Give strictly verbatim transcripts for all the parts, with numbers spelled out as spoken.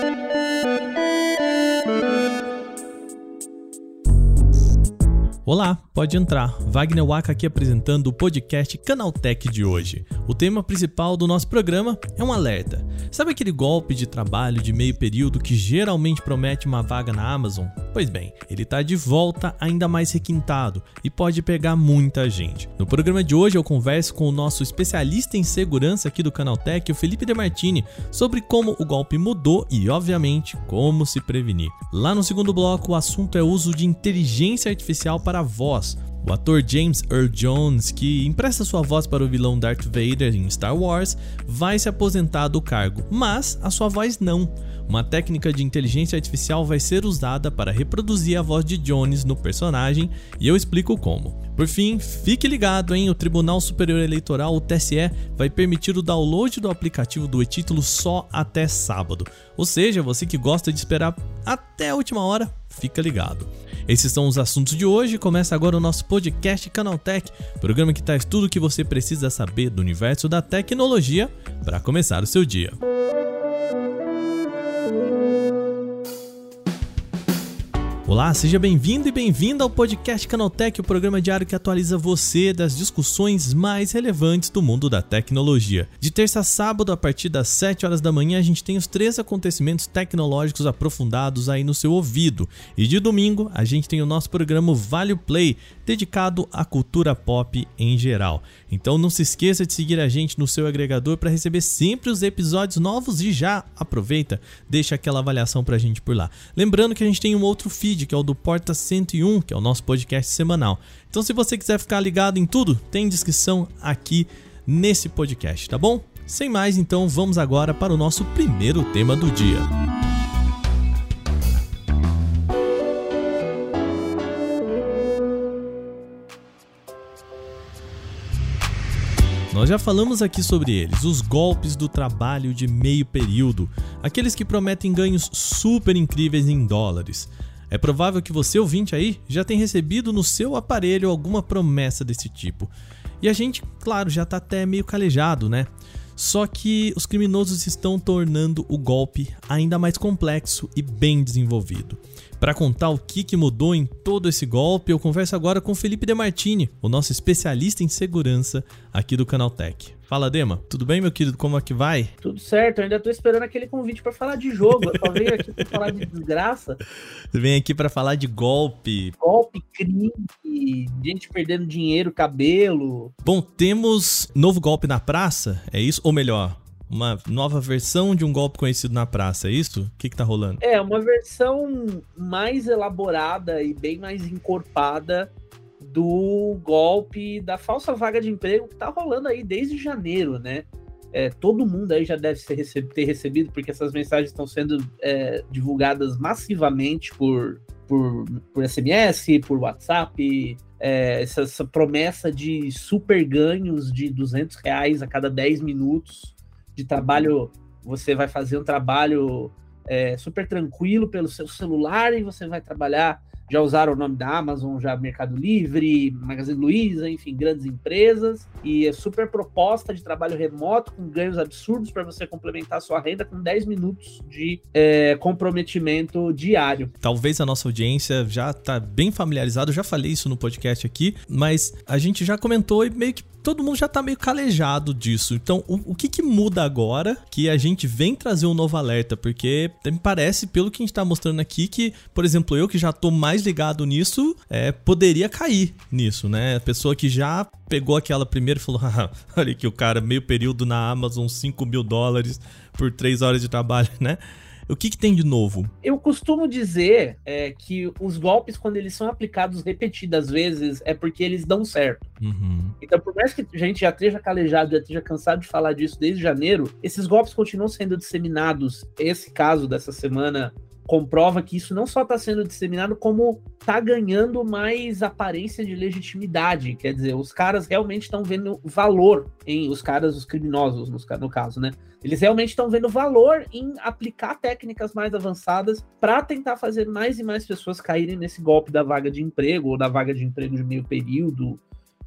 Olá, pode entrar. Wagner Waka aqui apresentando o podcast Canaltech de hoje. O tema principal do nosso programa é um alerta. Sabe aquele golpe de trabalho de meio período que geralmente promete uma vaga na Amazon? Pois bem, ele está de volta ainda mais requintado e pode pegar muita gente. No programa de hoje eu converso com o nosso especialista em segurança aqui do Canaltech, o Felipe De Martini, sobre como o golpe mudou e, obviamente, como se prevenir. Lá no segundo bloco, o assunto é o uso de inteligência artificial para a voz. O ator James Earl Jones, que empresta sua voz para o vilão Darth Vader em Star Wars, vai se aposentar do cargo, mas a sua voz não. Uma técnica de inteligência artificial vai ser usada para reproduzir a voz de Jones no personagem e eu explico como. Por fim, fique ligado, hein? O Tribunal Superior Eleitoral, o T S E, vai permitir o download do aplicativo do e-Título só até sábado. Ou seja, você que gosta de esperar até a última hora, fica ligado. Esses são os assuntos de hoje. Começa agora o nosso podcast Canaltech, programa que traz tudo o que você precisa saber do universo da tecnologia para começar o seu dia. Olá, seja bem-vindo e bem-vinda ao podcast Canaltech, o programa diário que atualiza você das discussões mais relevantes do mundo da tecnologia. De terça a sábado, a partir das sete horas da manhã, a gente tem os três acontecimentos tecnológicos aprofundados aí no seu ouvido. E de domingo, a gente tem o nosso programa Vale o Play, dedicado à cultura pop em geral. Então não se esqueça de seguir a gente no seu agregador para receber sempre os episódios novos e já aproveita, deixa aquela avaliação pra gente por lá. Lembrando que a gente tem um outro feed, que é o do Porta cento e um, que é o nosso podcast semanal. Então se você quiser ficar ligado em tudo, tem descrição aqui nesse podcast, tá bom? Sem mais, então vamos agora para o nosso primeiro tema do dia. Nós já falamos aqui sobre eles, os golpes do trabalho de meio período, aqueles que prometem ganhos super incríveis em dólares. É provável que você, ouvinte aí, já tenha recebido no seu aparelho alguma promessa desse tipo. E a gente, claro, já tá até meio calejado, né? Só que os criminosos estão tornando o golpe ainda mais complexo e bem desenvolvido. Para contar o que, que mudou em todo esse golpe, eu converso agora com o Felipe De Martini, o nosso especialista em segurança aqui do Canaltech. Fala, Dema. Tudo bem, meu querido? Como é que vai? Tudo certo, eu ainda tô esperando aquele convite para falar de jogo. Eu só venho aqui para falar de desgraça. Você vem aqui para falar de golpe. Golpe, crime, gente perdendo dinheiro, cabelo. Bom, temos novo golpe na praça, é isso? Ou melhor, uma nova versão de um golpe conhecido na praça, é isso? O que que tá rolando? É, uma versão mais elaborada e bem mais encorpada do golpe da falsa vaga de emprego que tá rolando aí desde janeiro, né? É, todo mundo aí já deve ser receb- ter recebido, porque essas mensagens estão sendo é, divulgadas massivamente por, por, por S M S, por WhatsApp, é, essa, essa promessa de super ganhos de duzentos reais a cada dez minutos de trabalho. Você vai fazer um trabalho é, super tranquilo pelo seu celular e você vai trabalhar. Já usaram o nome da Amazon, já Mercado Livre, Magazine Luiza, enfim, grandes empresas. E é super proposta de trabalho remoto, com ganhos absurdos para você complementar a sua renda com dez minutos de é, comprometimento diário. Talvez a nossa audiência já está bem familiarizada, eu já falei isso no podcast aqui, mas a gente já comentou e meio que todo mundo já tá meio calejado disso. Então, o, o que que muda agora que a gente vem trazer um novo alerta? Porque me parece, pelo que a gente tá mostrando aqui, que, por exemplo, eu que já tô mais ligado nisso, é, poderia cair nisso, né? A pessoa que já pegou aquela primeira e falou, ah, olha aqui o cara, meio período na Amazon, cinco mil dólares por três horas de trabalho, né? O que que tem de novo? Eu costumo dizer é, que os golpes, quando eles são aplicados repetidas vezes, é porque eles dão certo. Uhum. Então, por mais que a gente já esteja calejado, já esteja cansado de falar disso desde janeiro, esses golpes continuam sendo disseminados. Esse caso dessa semana comprova que isso não só está sendo disseminado, como está ganhando mais aparência de legitimidade. Quer dizer, os caras realmente estão vendo valor em... Os caras, os criminosos, no caso, né? Eles realmente estão vendo valor em aplicar técnicas mais avançadas para tentar fazer mais e mais pessoas caírem nesse golpe da vaga de emprego, ou da vaga de emprego de meio período,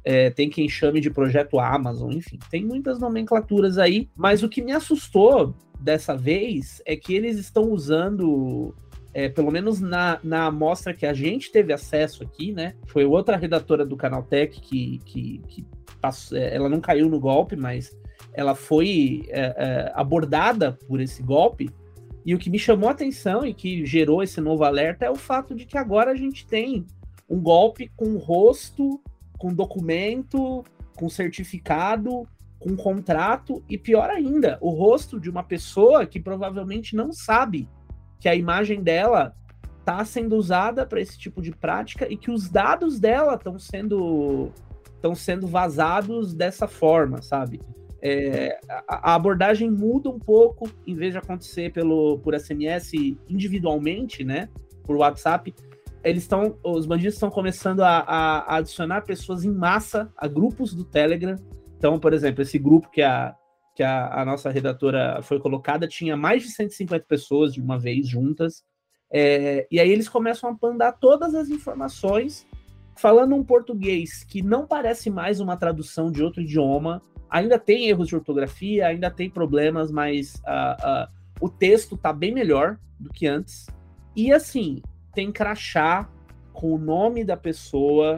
é, tem quem chame de projeto Amazon, enfim, tem muitas nomenclaturas aí, mas o que me assustou dessa vez é que eles estão usando, é, pelo menos na, na amostra que a gente teve acesso aqui, né, foi outra redatora do Canaltech que, que, que passou, ela não caiu no golpe, mas ela foi é, é, abordada por esse golpe. E o que me chamou a atenção e que gerou esse novo alerta é o fato de que agora a gente tem um golpe com rosto, com documento, com certificado, com contrato e, pior ainda, o rosto de uma pessoa que provavelmente não sabe que a imagem dela está sendo usada para esse tipo de prática e que os dados dela estão sendo, estão sendo vazados dessa forma, sabe? É, a, a abordagem muda um pouco, em vez de acontecer pelo, por S M S individualmente, né, por WhatsApp, eles estão, os bandidos estão começando a, a, a adicionar pessoas em massa a grupos do Telegram. Então, por exemplo, esse grupo que a, que a, a nossa redatora foi colocada tinha mais de cento e cinquenta pessoas de uma vez juntas, é, e aí eles começam a mandar todas as informações, falando um português que não parece mais uma tradução de outro idioma. Ainda tem erros de ortografia, ainda tem problemas, mas uh, uh, o texto tá bem melhor do que antes. E assim, tem crachá com o nome da pessoa,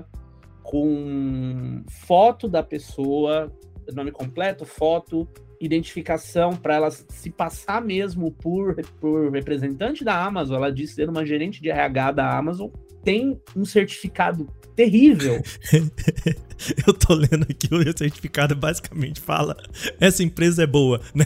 com foto da pessoa, nome completo, foto, identificação para ela se passar mesmo por, por representante da Amazon. Ela disse ser uma gerente de R H da Amazon. Tem um certificado terrível. Eu tô lendo aqui, o certificado basicamente fala: essa empresa é boa, né?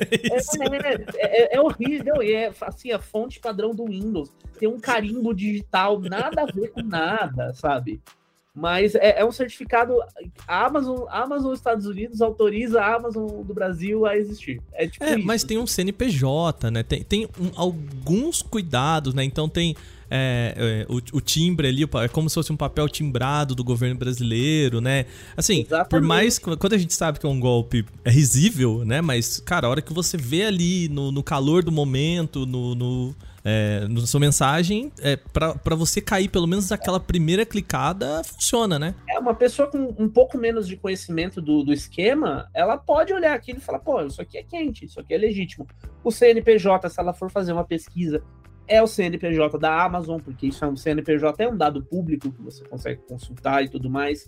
É, é, é horrível, e é assim, a fonte padrão do Windows. Tem um carimbo digital, nada a ver com nada, sabe? Mas é, é um certificado. A Amazon, a Amazon Estados Unidos autoriza a Amazon do Brasil a existir. É tipo é, isso. Mas tem um C N P J, né? Tem, tem um, alguns cuidados, né? Então tem é, é, o, o timbre ali, é como se fosse um papel timbrado do governo brasileiro, né? Assim, exatamente. Por mais... Quando a gente sabe que é um golpe é risível, né? Mas, cara, a hora que você vê ali no, no calor do momento, no... no É, na sua mensagem, é, pra, pra você cair pelo menos aquela primeira clicada, funciona, né? É, uma pessoa com um pouco menos de conhecimento do, do esquema, ela pode olhar aquilo e falar, pô, isso aqui é quente, isso aqui é legítimo. O C N P J, se ela for fazer uma pesquisa, é o C N P J da Amazon, porque isso é um C N P J, é um dado público que você consegue consultar e tudo mais.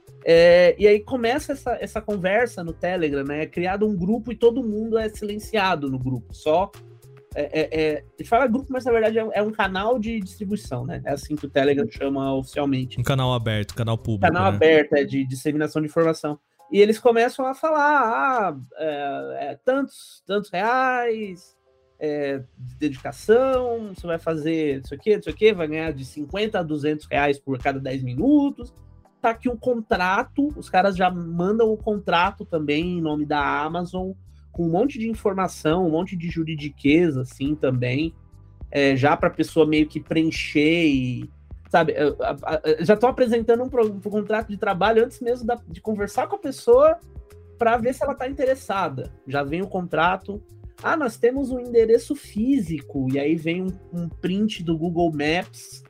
É, e aí começa essa, essa conversa no Telegram, né? É criado um grupo e todo mundo é silenciado no grupo, só... É, é, é, fala grupo, mas na verdade é, é um canal de distribuição, né? É assim que o Telegram chama oficialmente. Um canal aberto, canal público. Canal né? aberto, é de disseminação de informação. E eles começam a falar, ah, é, é, tantos, tantos reais, é, de dedicação, você vai fazer isso aqui, isso aqui, vai ganhar de cinquenta a duzentos reais por cada dez minutos. Tá aqui um contrato, os caras já mandam o contrato também em nome da Amazon, com um monte de informação, um monte de juridiquês, assim, também, é, já para a pessoa meio que preencher e, sabe, a, a, a, já estão apresentando um, pro, um contrato de trabalho antes mesmo da, de conversar com a pessoa para ver se ela está interessada. Já vem o contrato, ah, nós temos um endereço físico, e aí vem um, um print do Google Maps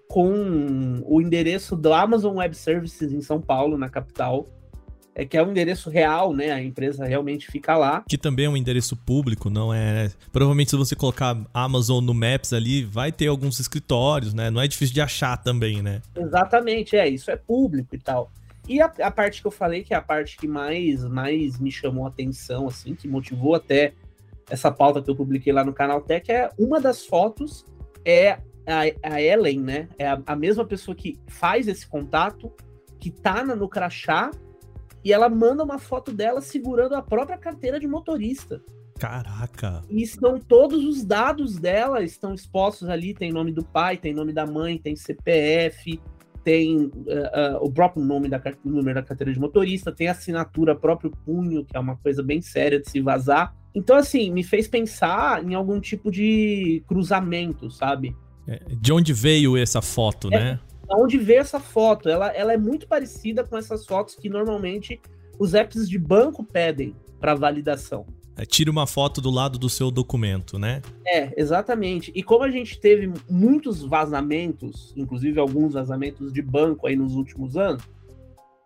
com o endereço do Amazon Web Services em São Paulo, na capital, é que é um endereço real, né? A empresa realmente fica lá. Que também é um endereço público, não é... Provavelmente se você colocar Amazon no Maps ali, vai ter alguns escritórios, né? Não é difícil de achar também, né? Exatamente, é. Isso é público e tal. E a, a parte que eu falei, que é a parte que mais, mais me chamou a atenção, assim, que motivou até essa pauta que eu publiquei lá no Canaltech, é uma das fotos é a, a Ellen, né? É a, a mesma pessoa que faz esse contato, que tá no crachá, e ela manda uma foto dela segurando a própria carteira de motorista. Caraca! E estão todos os dados dela, estão expostos ali, tem nome do pai, tem nome da mãe, tem C P F, tem uh, uh, o próprio nome da, número da carteira de motorista, tem assinatura, próprio punho, que é uma coisa bem séria de se vazar. Então, assim, me fez pensar em algum tipo de cruzamento, sabe? É, de onde veio essa foto, é, né? Onde vê essa foto, ela, ela é muito parecida com essas fotos que normalmente os apps de banco pedem para validação. É, tira uma foto do lado do seu documento, né? É, exatamente. E como a gente teve muitos vazamentos, inclusive alguns vazamentos de banco aí nos últimos anos,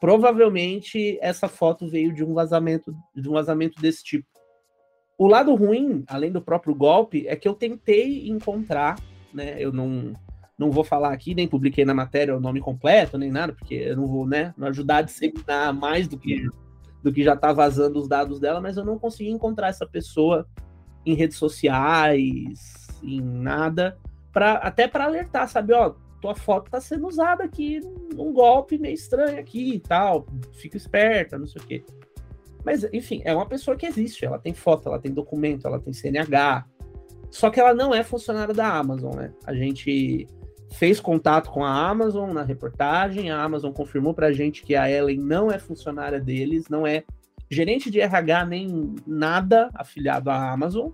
provavelmente essa foto veio de um vazamento, de um vazamento desse tipo. O lado ruim, além do próprio golpe, é que eu tentei encontrar, né? Eu não, não vou falar aqui, nem publiquei na matéria o nome completo, nem nada, porque eu não vou, né, não ajudar a disseminar mais do que, do que já tá vazando os dados dela, mas eu não consegui encontrar essa pessoa em redes sociais, em nada, pra, até para alertar, sabe? Ó, tua foto tá sendo usada aqui num golpe meio estranho aqui e tal, fica esperta, não sei o quê. Mas, enfim, é uma pessoa que existe, ela tem foto, ela tem documento, ela tem C N H, só que ela não é funcionária da Amazon, né? A gente fez contato com a Amazon na reportagem, a Amazon confirmou pra gente que a Ellen não é funcionária deles, não é gerente de R H nem nada afiliado à Amazon,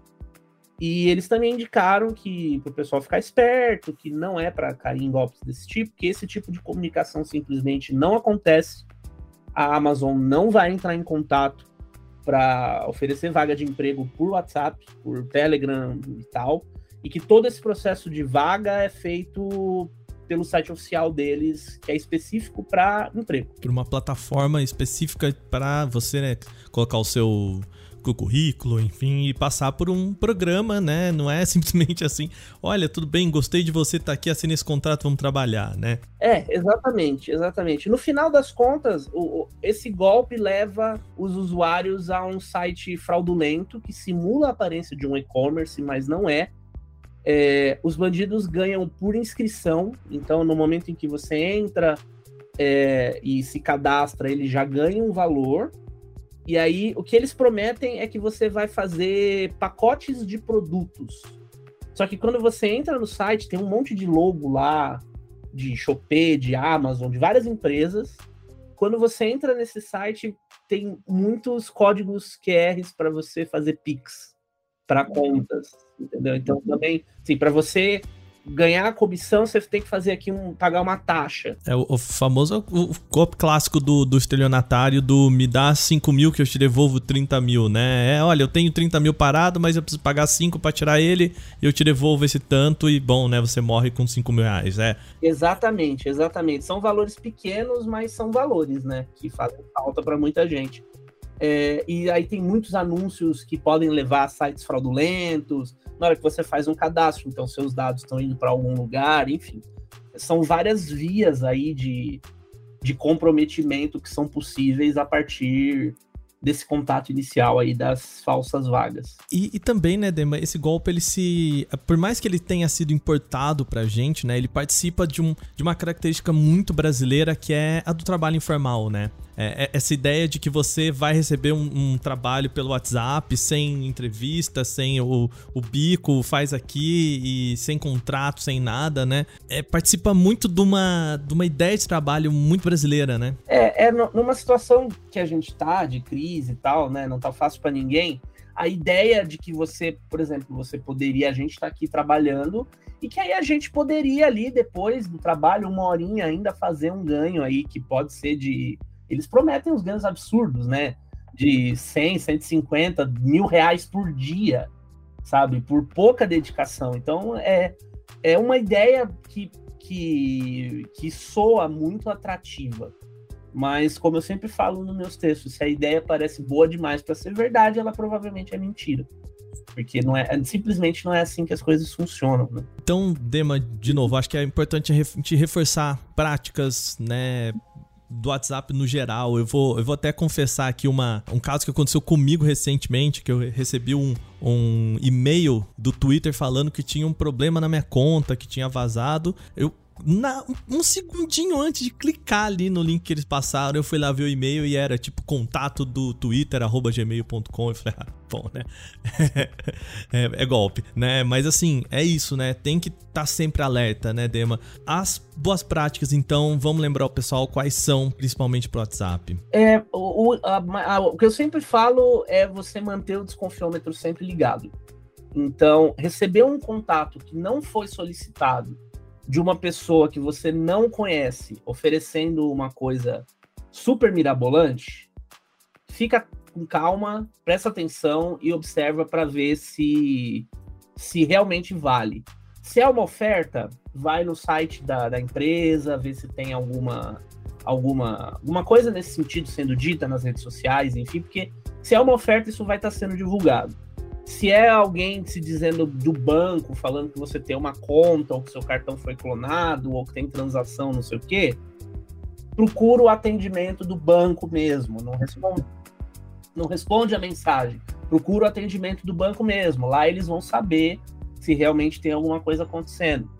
e eles também indicaram que para o pessoal ficar esperto, que não é para cair em golpes desse tipo, que esse tipo de comunicação simplesmente não acontece. A Amazon não vai entrar em contato para oferecer vaga de emprego por WhatsApp, por Telegram e tal, e que todo esse processo de vaga é feito pelo site oficial deles, que é específico para emprego. Por uma plataforma específica para você, né, colocar o seu currículo, enfim, e passar por um programa, né? Não é simplesmente assim, olha, tudo bem, gostei de você, tá aqui, assina esse contrato, vamos trabalhar, né? É, exatamente, exatamente. No final das contas, o, esse golpe leva os usuários a um site fraudulento que simula a aparência de um e-commerce, mas não é. É, os bandidos ganham por inscrição, então no momento em que você entra é, e se cadastra, ele já ganha um valor. E aí, o que eles prometem é que você vai fazer pacotes de produtos. Só que quando você entra no site, tem um monte de logo lá, de Shopee, de Amazon, de várias empresas. Quando você entra nesse site, tem muitos códigos Q Rs para você fazer Pix para contas, entendeu? Então, também, assim, para você ganhar a comissão, você tem que fazer aqui um, pagar uma taxa. É o, o famoso o golpe clássico do, do estelionatário do me dá cinco mil que eu te devolvo trinta mil, né? É, olha, eu tenho trinta mil parado, mas eu preciso pagar cinco para tirar ele e eu te devolvo esse tanto e, bom, né, você morre com cinco mil reais, é. Exatamente, exatamente. São valores pequenos, mas são valores, né, que fazem falta para muita gente. É, e aí tem muitos anúncios que podem levar a sites fraudulentos, na hora que você faz um cadastro, então seus dados estão indo para algum lugar, enfim. São várias vias aí de, de comprometimento que são possíveis a partir desse contato inicial aí das falsas vagas. E, e também, né, Dema, esse golpe, ele se... Por mais que ele tenha sido importado pra gente, né, ele participa de, um, de uma característica muito brasileira, que é a do trabalho informal, né? É, essa ideia de que você vai receber um, um trabalho pelo WhatsApp, sem entrevista, sem o, o bico, faz aqui, e sem contrato, sem nada, né? É, participa muito de uma, de uma ideia de trabalho muito brasileira, né? É, é numa situação que a gente tá, de crise e tal, né? Não tá fácil para ninguém. A ideia de que você, por exemplo, você poderia, a gente tá aqui trabalhando, e que aí a gente poderia ali, depois do trabalho, uma horinha ainda fazer um ganho aí, que pode ser de... Eles prometem uns ganhos absurdos, né? De cem, cento e cinquenta mil reais por dia, sabe? Por pouca dedicação. Então, é, é uma ideia que, que, que soa muito atrativa. Mas, como eu sempre falo nos meus textos, se a ideia parece boa demais para ser verdade, ela provavelmente é mentira. Porque não é, simplesmente não é assim que as coisas funcionam, né? Então, Dema, de novo, acho que é importante a gente reforçar práticas, né, do WhatsApp no geral. Eu vou, eu vou até confessar aqui uma, um caso que aconteceu comigo recentemente, que eu recebi um, um e-mail do Twitter falando que tinha um problema na minha conta, que tinha vazado. Eu Na, um segundinho antes de clicar ali no link que eles passaram, eu fui lá ver o e-mail e era tipo contato do Twitter, arroba gmail ponto com. Eu falei, ah, bom, né? é, é golpe, né? Mas assim, é isso, né? Tem que estar tá sempre alerta, né, Dema? As boas práticas, então, vamos lembrar o pessoal quais são, principalmente pro WhatsApp. É, o, a, a, o que eu sempre falo é você manter o desconfiômetro sempre ligado. Então, receber um contato que não foi solicitado de uma pessoa que você não conhece, oferecendo uma coisa super mirabolante, fica com calma, presta atenção e observa para ver se, se realmente vale. Se é uma oferta, vai no site da, da empresa, vê se tem alguma, alguma, alguma coisa nesse sentido sendo dita nas redes sociais, enfim, porque se é uma oferta, isso vai estar sendo divulgado. Se é alguém se dizendo do banco, falando que você tem uma conta, ou que seu cartão foi clonado, ou que tem transação, não sei o quê, procura o atendimento do banco mesmo, não responde, não responde a mensagem, procura o atendimento do banco mesmo, lá eles vão saber se realmente tem alguma coisa acontecendo.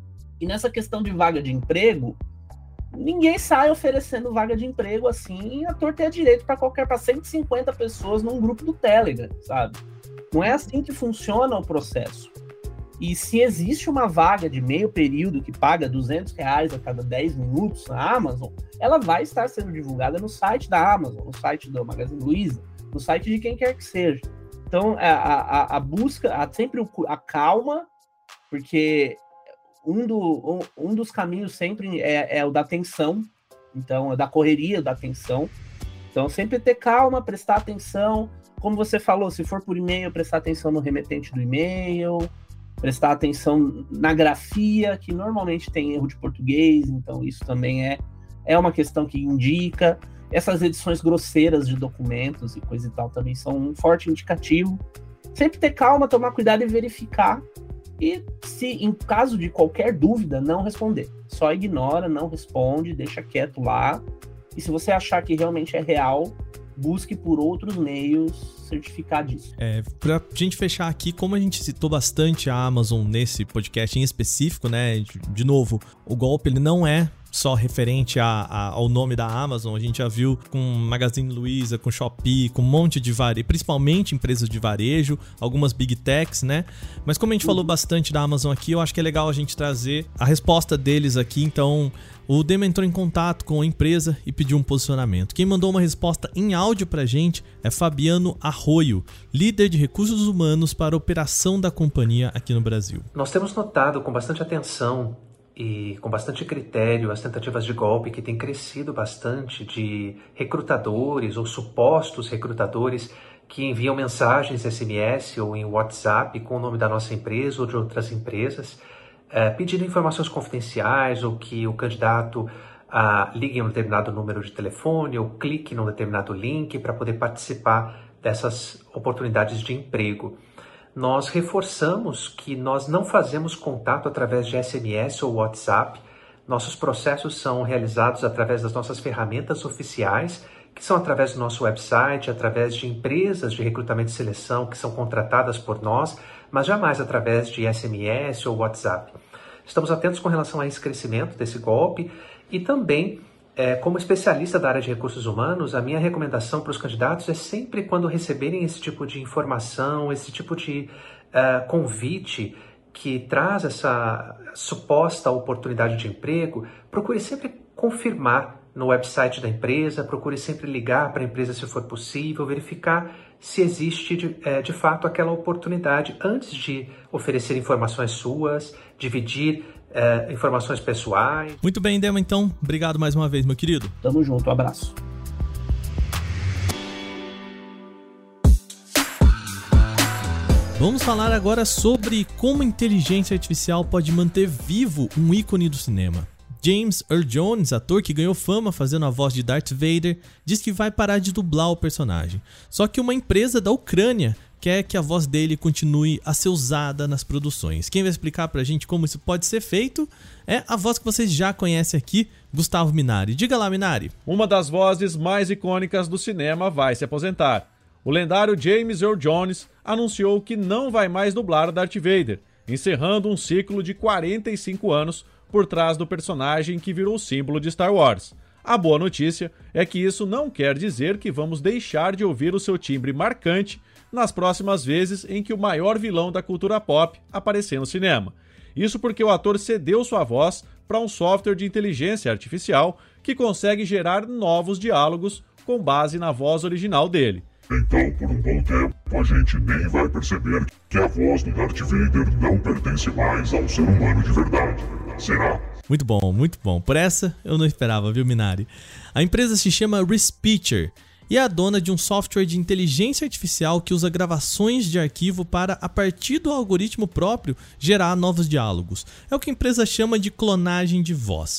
E nessa questão de vaga de emprego, ninguém sai oferecendo vaga de emprego assim, a torta e a direito para qualquer, para cento e cinquenta pessoas num grupo do Telegram, sabe? Não é assim que funciona o processo. E se existe uma vaga de meio período que paga duzentos reais a cada dez minutos na Amazon, ela vai estar sendo divulgada no site da Amazon, no site do Magazine Luiza, no site de quem quer que seja. Então, a, a, a busca, a, sempre a calma, porque um, do, um, um dos caminhos sempre é, é o da atenção, então, é da correria, da atenção. Então, sempre ter calma, prestar atenção. Como você falou, se for por e-mail, prestar atenção no remetente do e-mail, prestar atenção na grafia, que normalmente tem erro de português, então isso também é, é uma questão que indica. Essas edições grosseiras de documentos e coisa e tal também são um forte indicativo. Sempre ter calma, tomar cuidado e verificar. E se, em caso de qualquer dúvida, não responder. Só ignora, não responde, deixa quieto lá. E se você achar que realmente é real, busque por outros meios certificar disso. É, pra gente fechar aqui, como a gente citou bastante a Amazon nesse podcast em específico, né? De, de novo, o golpe ele não é só referente a, a, ao nome da Amazon. A gente já viu com Magazine Luiza, com Shopee, com um monte de varejo, principalmente empresas de varejo, algumas Big Techs, né? Mas como a gente uhum. falou bastante da Amazon aqui, eu acho que é legal a gente trazer a resposta deles aqui. Então, o Dema entrou em contato com a empresa e pediu um posicionamento. Quem mandou uma resposta em áudio pra gente é Fabiano Arroio, líder de recursos humanos para a operação da companhia aqui no Brasil. Nós temos notado com bastante atenção e com bastante critério as tentativas de golpe que têm crescido bastante de recrutadores ou supostos recrutadores que enviam mensagens S M S ou em WhatsApp com o nome da nossa empresa ou de outras empresas, é, pedindo informações confidenciais ou que o candidato ah, ligue em um determinado número de telefone ou clique num determinado link para poder participar dessas oportunidades de emprego. Nós reforçamos que nós não fazemos contato através de S M S ou WhatsApp. Nossos processos são realizados através das nossas ferramentas oficiais, que são através do nosso website, através de empresas de recrutamento e seleção que são contratadas por nós, mas jamais através de S M S ou WhatsApp. Estamos atentos com relação a esse crescimento desse golpe e também, é, como especialista da área de recursos humanos, a minha recomendação para os candidatos é sempre quando receberem esse tipo de informação, esse tipo de uh, convite que traz essa suposta oportunidade de emprego, procure sempre confirmar no website da empresa, procure sempre ligar para a empresa se for possível, verificar se existe de, é, de fato aquela oportunidade antes de oferecer informações suas, dividir é, informações pessoais. Muito bem, Dema, então, obrigado mais uma vez, meu querido. Tamo junto, um abraço. Vamos falar agora sobre como a inteligência artificial pode manter vivo um ícone do cinema. James Earl Jones, ator que ganhou fama fazendo a voz de Darth Vader, diz que vai parar de dublar o personagem. Só que uma empresa da Ucrânia quer que a voz dele continue a ser usada nas produções. Quem vai explicar pra gente como isso pode ser feito é a voz que vocês já conhecem aqui, Gustavo Minari. Diga lá, Minari. Uma das vozes mais icônicas do cinema vai se aposentar. O lendário James Earl Jones anunciou que não vai mais dublar Darth Vader, encerrando um ciclo de quarenta e cinco anos por trás do personagem que virou símbolo de Star Wars. A boa notícia é que isso não quer dizer que vamos deixar de ouvir o seu timbre marcante nas próximas vezes em que o maior vilão da cultura pop aparecer no cinema. Isso porque o ator cedeu sua voz para um software de inteligência artificial que consegue gerar novos diálogos com base na voz original dele. Então, por um bom tempo, a gente nem vai perceber que a voz do Darth Vader não pertence mais ao ser humano de verdade. Será? Muito bom, muito bom. Por essa eu não esperava, viu, Minari? A empresa se chama Respeecher e é a dona de um software de inteligência artificial que usa gravações de arquivo para, a partir do algoritmo próprio, gerar novos diálogos. É o que a empresa chama de clonagem de voz.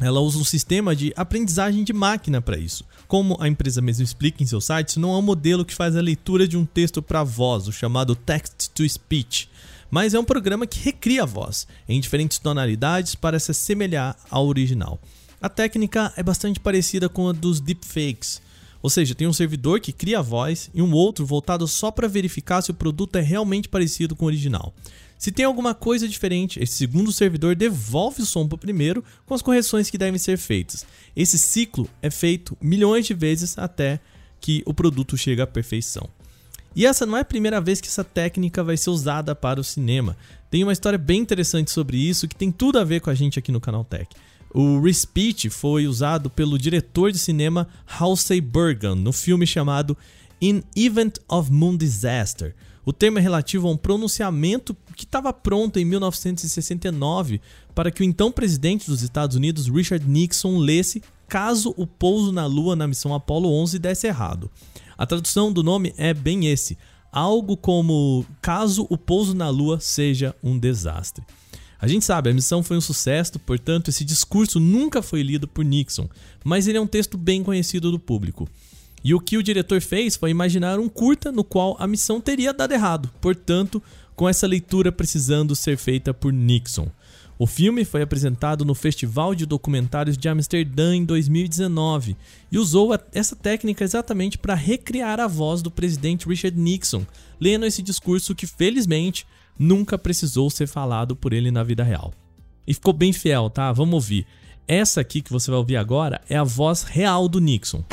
ela usa um sistema de aprendizagem de máquina para isso. Como a empresa mesmo explica em seu site, isso não é um modelo que faz a leitura de um texto para voz, o chamado text-to-speech, mas é um programa que recria a voz em diferentes tonalidades para se assemelhar ao original. A técnica é bastante parecida com a dos deepfakes, ou seja, tem um servidor que cria a voz e um outro voltado só para verificar se o produto é realmente parecido com o original. Se tem alguma coisa diferente, esse segundo servidor devolve o som para o primeiro com as correções que devem ser feitas. Esse ciclo é feito milhões de vezes até que o produto chegue à perfeição. E essa não é a primeira vez que essa técnica vai ser usada para o cinema. Tem uma história bem interessante sobre isso que tem tudo a ver com a gente aqui no Canaltech. O respeech foi usado pelo diretor de cinema Halsey Burgan no filme chamado In Event of Moon Disaster. O termo é relativo a um pronunciamento que estava pronto em mil novecentos e sessenta e nove para que o então presidente dos Estados Unidos, Richard Nixon, lesse caso o pouso na Lua na missão Apollo onze desse errado. A tradução do nome é bem esse, algo como caso o pouso na Lua seja um desastre. A gente sabe, a missão foi um sucesso, portanto esse discurso nunca foi lido por Nixon, mas ele é um texto bem conhecido do público. E o que o diretor fez foi imaginar um curta no qual a missão teria dado errado, portanto, com essa leitura precisando ser feita por Nixon. O filme foi apresentado no Festival de Documentários de Amsterdã em dois mil e dezenove e usou essa técnica exatamente para recriar a voz do presidente Richard Nixon, lendo esse discurso que, felizmente, nunca precisou ser falado por ele na vida real. E ficou bem fiel, tá? Vamos ouvir. Essa aqui que você vai ouvir agora é a voz real do Nixon.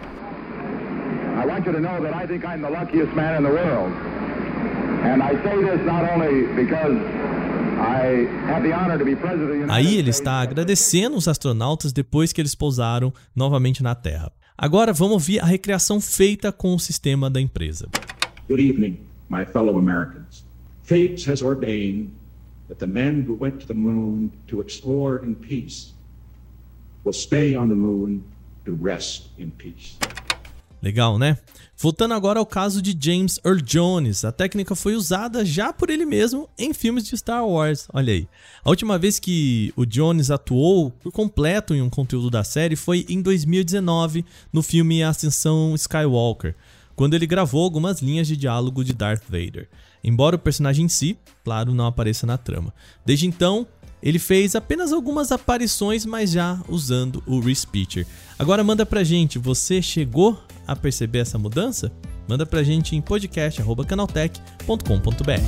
I want you to know that I think I'm the luckiest man in the world. And I say this not only because I have the honor to be president of the United States. Aí ele está agradecendo os astronautas depois que eles pousaram novamente na Terra. Agora vamos ouvir a recriação feita com o sistema da empresa. Good evening, my fellow Americans. Fate has ordained that the men who went to the moon to explore in peace will stay on the moon to rest in peace. Legal, né? Voltando agora ao caso de James Earl Jones, a técnica foi usada já por ele mesmo em filmes de Star Wars, olha aí. A última vez que o Jones atuou por completo em um conteúdo da série foi em dois mil e dezenove, no filme Ascensão Skywalker, quando ele gravou algumas linhas de diálogo de Darth Vader, embora o personagem em si, claro, não apareça na trama. Desde então, ele fez apenas algumas aparições, mas já usando o respeecher. Agora manda pra gente, você chegou a perceber essa mudança? Manda pra gente em podcast arroba canaltech ponto com ponto b r.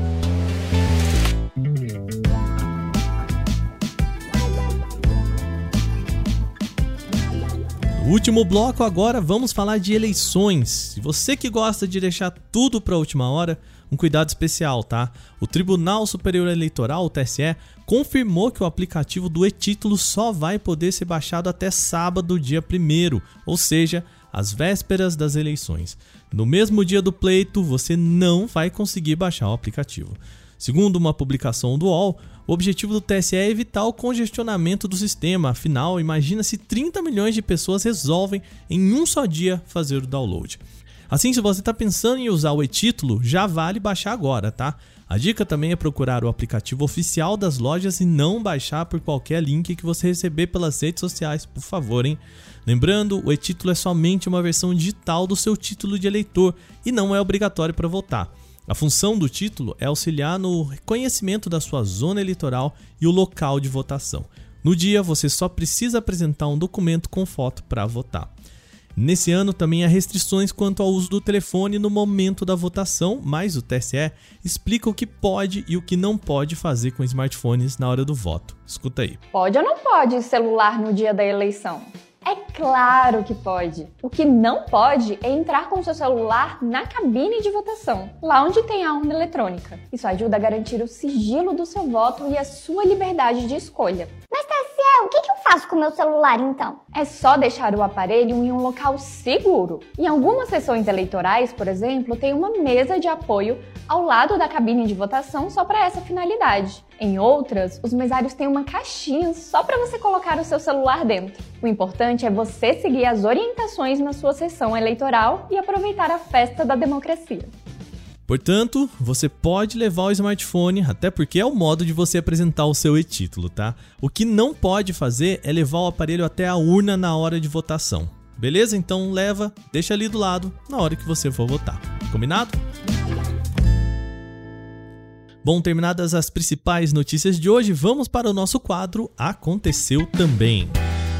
No último bloco agora vamos falar de eleições. Se você que gosta de deixar tudo pra última hora, um cuidado especial, tá? O Tribunal Superior Eleitoral, o T S E, confirmou que o aplicativo do e-Título só vai poder ser baixado até sábado, dia primeiro, ou seja, às vésperas das eleições. No mesmo dia do pleito, você não vai conseguir baixar o aplicativo. Segundo uma publicação do U O L, o objetivo do T S E é evitar o congestionamento do sistema. Afinal, imagina se trinta milhões de pessoas resolvem em um só dia fazer o download. Assim, se você está pensando em usar o e-Título, já vale baixar agora, tá? A dica também é procurar o aplicativo oficial das lojas e não baixar por qualquer link que você receber pelas redes sociais, por favor, hein? Lembrando, o e-Título é somente uma versão digital do seu título de eleitor e não é obrigatório para votar. A função do título é auxiliar no reconhecimento da sua zona eleitoral e o local de votação. No dia, você só precisa apresentar um documento com foto para votar. Nesse ano também há restrições quanto ao uso do telefone no momento da votação, mas o T S E explica o que pode e o que não pode fazer com smartphones na hora do voto. Escuta aí. Pode ou não pode celular no dia da eleição? É claro que pode. O que não pode é entrar com seu celular na cabine de votação, lá onde tem a urna eletrônica. Isso ajuda a garantir o sigilo do seu voto e a sua liberdade de escolha. Mas, T S E, o que, que eu faço com o meu celular, então? É só deixar o aparelho em um local seguro. Em algumas sessões eleitorais, por exemplo, tem uma mesa de apoio ao lado da cabine de votação só para essa finalidade. Em outras, os mesários têm uma caixinha só para você colocar o seu celular dentro. O importante é você seguir as orientações na sua sessão eleitoral e aproveitar a festa da democracia. Portanto, você pode levar o smartphone, até porque é o modo de você apresentar o seu e-título, tá? O que não pode fazer é levar o aparelho até a urna na hora de votação. Beleza? Então leva, deixa ali do lado na hora que você for votar. Combinado? Bom, terminadas as principais notícias de hoje, vamos para o nosso quadro Aconteceu Também.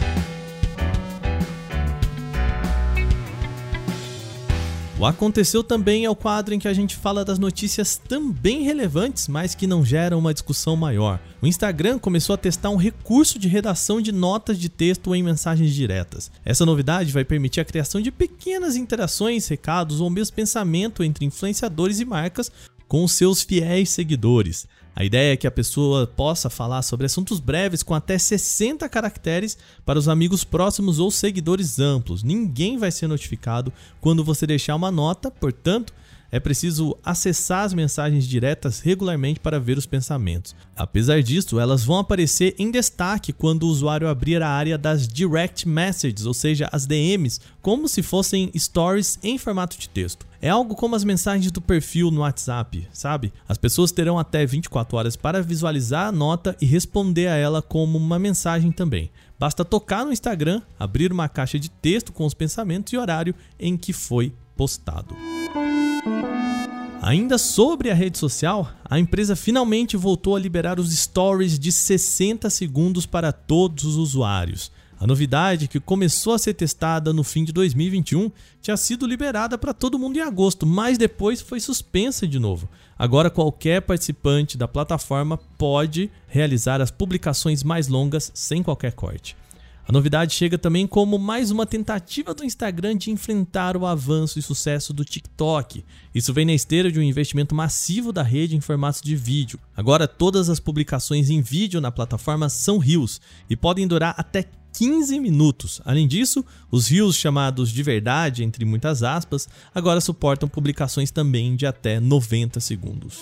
O Aconteceu Também é o quadro em que a gente fala das notícias também relevantes, mas que não geram uma discussão maior. O Instagram começou a testar um recurso de redação de notas de texto em mensagens diretas. Essa novidade vai permitir a criação de pequenas interações, recados ou mesmo pensamento entre influenciadores e marcas com os seus fiéis seguidores. A ideia é que a pessoa possa falar sobre assuntos breves com até sessenta caracteres para os amigos próximos ou seguidores amplos. Ninguém vai ser notificado quando você deixar uma nota, portanto, é preciso acessar as mensagens diretas regularmente para ver os pensamentos. Apesar disso, elas vão aparecer em destaque quando o usuário abrir a área das Direct Messages, ou seja, as D Ms, como se fossem stories em formato de texto. É algo como as mensagens do perfil no WhatsApp, sabe? As pessoas terão até vinte e quatro horas para visualizar a nota e responder a ela como uma mensagem também. Basta tocar no Instagram, abrir uma caixa de texto com os pensamentos e horário em que foi postado. Ainda sobre a rede social, a empresa finalmente voltou a liberar os stories de sessenta segundos para todos os usuários. A novidade, que começou a ser testada no fim de dois mil e vinte e um, tinha sido liberada para todo mundo em agosto, mas depois foi suspensa de novo. Agora qualquer participante da plataforma pode realizar as publicações mais longas sem qualquer corte. A novidade chega também como mais uma tentativa do Instagram de enfrentar o avanço e sucesso do TikTok. Isso vem na esteira de um investimento massivo da rede em formato de vídeo. Agora todas as publicações em vídeo na plataforma são Reels e podem durar até quinze minutos. Além disso, os Reels chamados de verdade, entre muitas aspas, agora suportam publicações também de até noventa segundos.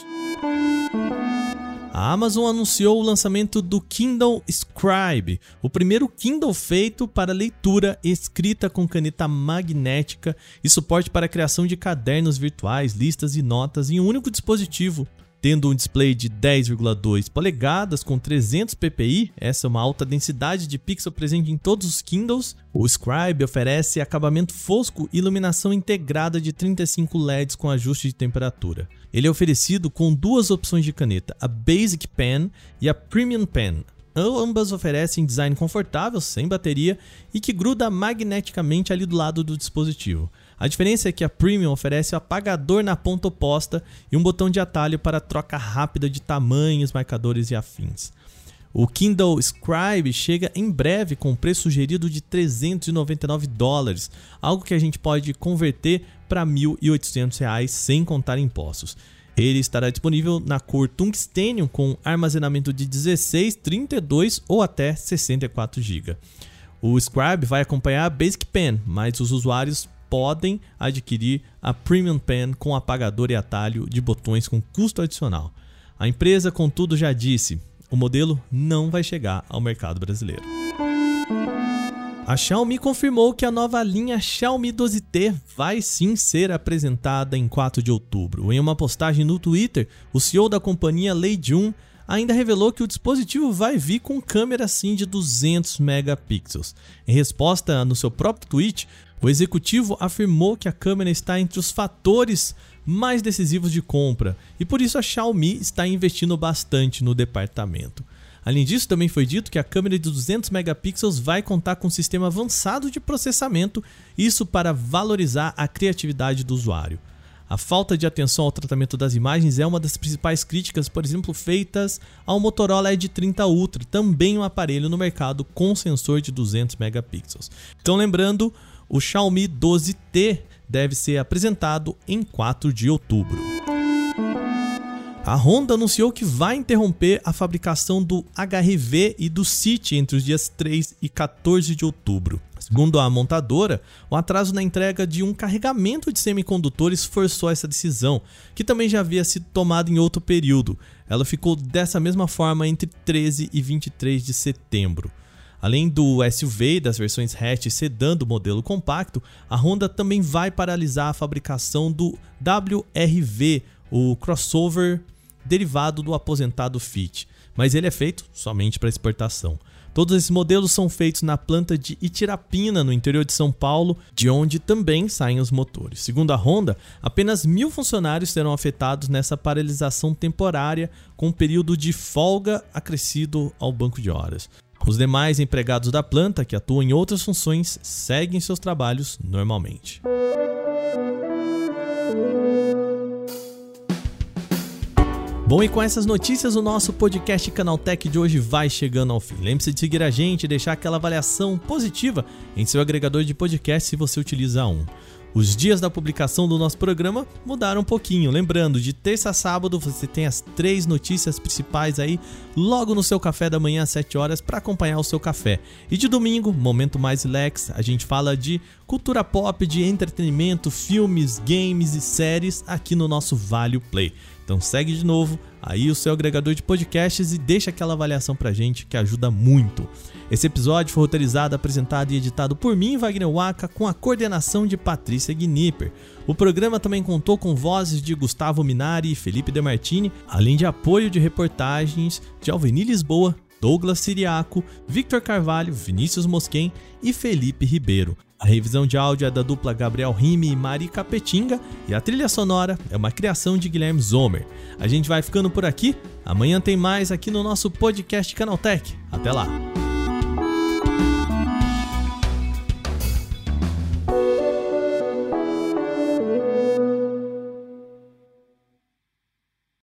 A Amazon anunciou o lançamento do Kindle Scribe, o primeiro Kindle feito para leitura e escrita com caneta magnética e suporte para a criação de cadernos virtuais, listas e notas em um único dispositivo. Tendo um display de dez vírgula dois polegadas com trezentos p p i, essa é uma alta densidade de pixel presente em todos os Kindles, o Scribe oferece acabamento fosco e iluminação integrada de trinta e cinco L E Ds com ajuste de temperatura. Ele é oferecido com duas opções de caneta, a Basic Pen e a Premium Pen. Ambas oferecem design confortável, sem bateria e que gruda magneticamente ali do lado do dispositivo. A diferença é que a Premium oferece um apagador na ponta oposta e um botão de atalho para troca rápida de tamanhos, marcadores e afins. O Kindle Scribe chega em breve com preço sugerido de trezentos e noventa e nove dólares, algo que a gente pode converter para mil e oitocentos reais sem contar impostos. Ele estará disponível na cor Tungstênio com armazenamento de dezesseis, trinta e dois ou até sessenta e quatro gigabytes. O Scribe vai acompanhar a Basic Pen, mas os usuários podem adquirir a Premium Pen com apagador e atalho de botões com custo adicional. A empresa, contudo, já disse, o modelo não vai chegar ao mercado brasileiro. A Xiaomi confirmou que a nova linha Xiaomi doze T vai sim ser apresentada em quatro de outubro. Em uma postagem no Twitter, o C E O da companhia, Lei Jun, ainda revelou que o dispositivo vai vir com câmera sim de duzentos megapixels. Em resposta no seu próprio tweet, o executivo afirmou que a câmera está entre os fatores mais decisivos de compra e por isso a Xiaomi está investindo bastante no departamento. Além disso, também foi dito que a câmera de duzentos megapixels vai contar com um sistema avançado de processamento, isso para valorizar a criatividade do usuário. A falta de atenção ao tratamento das imagens é uma das principais críticas, por exemplo, feitas ao Motorola Edge trinta Ultra, também um aparelho no mercado com sensor de duzentos megapixels. Então, lembrando, o Xiaomi doze T deve ser apresentado em quatro de outubro. A Honda anunciou que vai interromper a fabricação do H R V e do City entre os dias três e quatorze de outubro. Segundo a montadora, o atraso na entrega de um carregamento de semicondutores forçou essa decisão, que também já havia sido tomada em outro período. Ela ficou dessa mesma forma entre treze e vinte e três de setembro. Além do S U V e das versões hatch e sedã do modelo compacto, a Honda também vai paralisar a fabricação do W R V, o crossover derivado do aposentado Fit, mas ele é feito somente para exportação. Todos esses modelos são feitos na planta de Itirapina, no interior de São Paulo, de onde também saem os motores. Segundo a Honda, apenas mil funcionários serão afetados nessa paralisação temporária, com um período de folga acrescido ao banco de horas. Os demais empregados da planta, que atuam em outras funções, seguem seus trabalhos normalmente. Bom, e com essas notícias o nosso podcast Canaltech de hoje vai chegando ao fim. Lembre-se de seguir a gente e deixar aquela avaliação positiva em seu agregador de podcast se você utiliza um. Os dias da publicação do nosso programa mudaram um pouquinho. Lembrando, de terça a sábado você tem as três notícias principais aí logo no seu café da manhã às sete horas para acompanhar o seu café. E de domingo, momento mais relax, a gente fala de cultura pop, de entretenimento, filmes, games e séries aqui no nosso Vale Play. Então segue de novo aí o seu agregador de podcasts e deixa aquela avaliação pra gente que ajuda muito. Esse episódio foi roteirizado, apresentado e editado por mim, Wagner Waka, com a coordenação de Patrícia Gnipper. O programa também contou com vozes de Gustavo Minari e Felipe Demartini, além de apoio de reportagens de Alveni Lisboa, Douglas Siriaco, Victor Carvalho, Vinícius Mosquen e Felipe Ribeiro. A revisão de áudio é da dupla Gabriel Rime e Mari Capetinga e a trilha sonora é uma criação de Guilherme Zomer. A gente vai ficando por aqui, amanhã tem mais aqui no nosso podcast Canaltech. Até lá!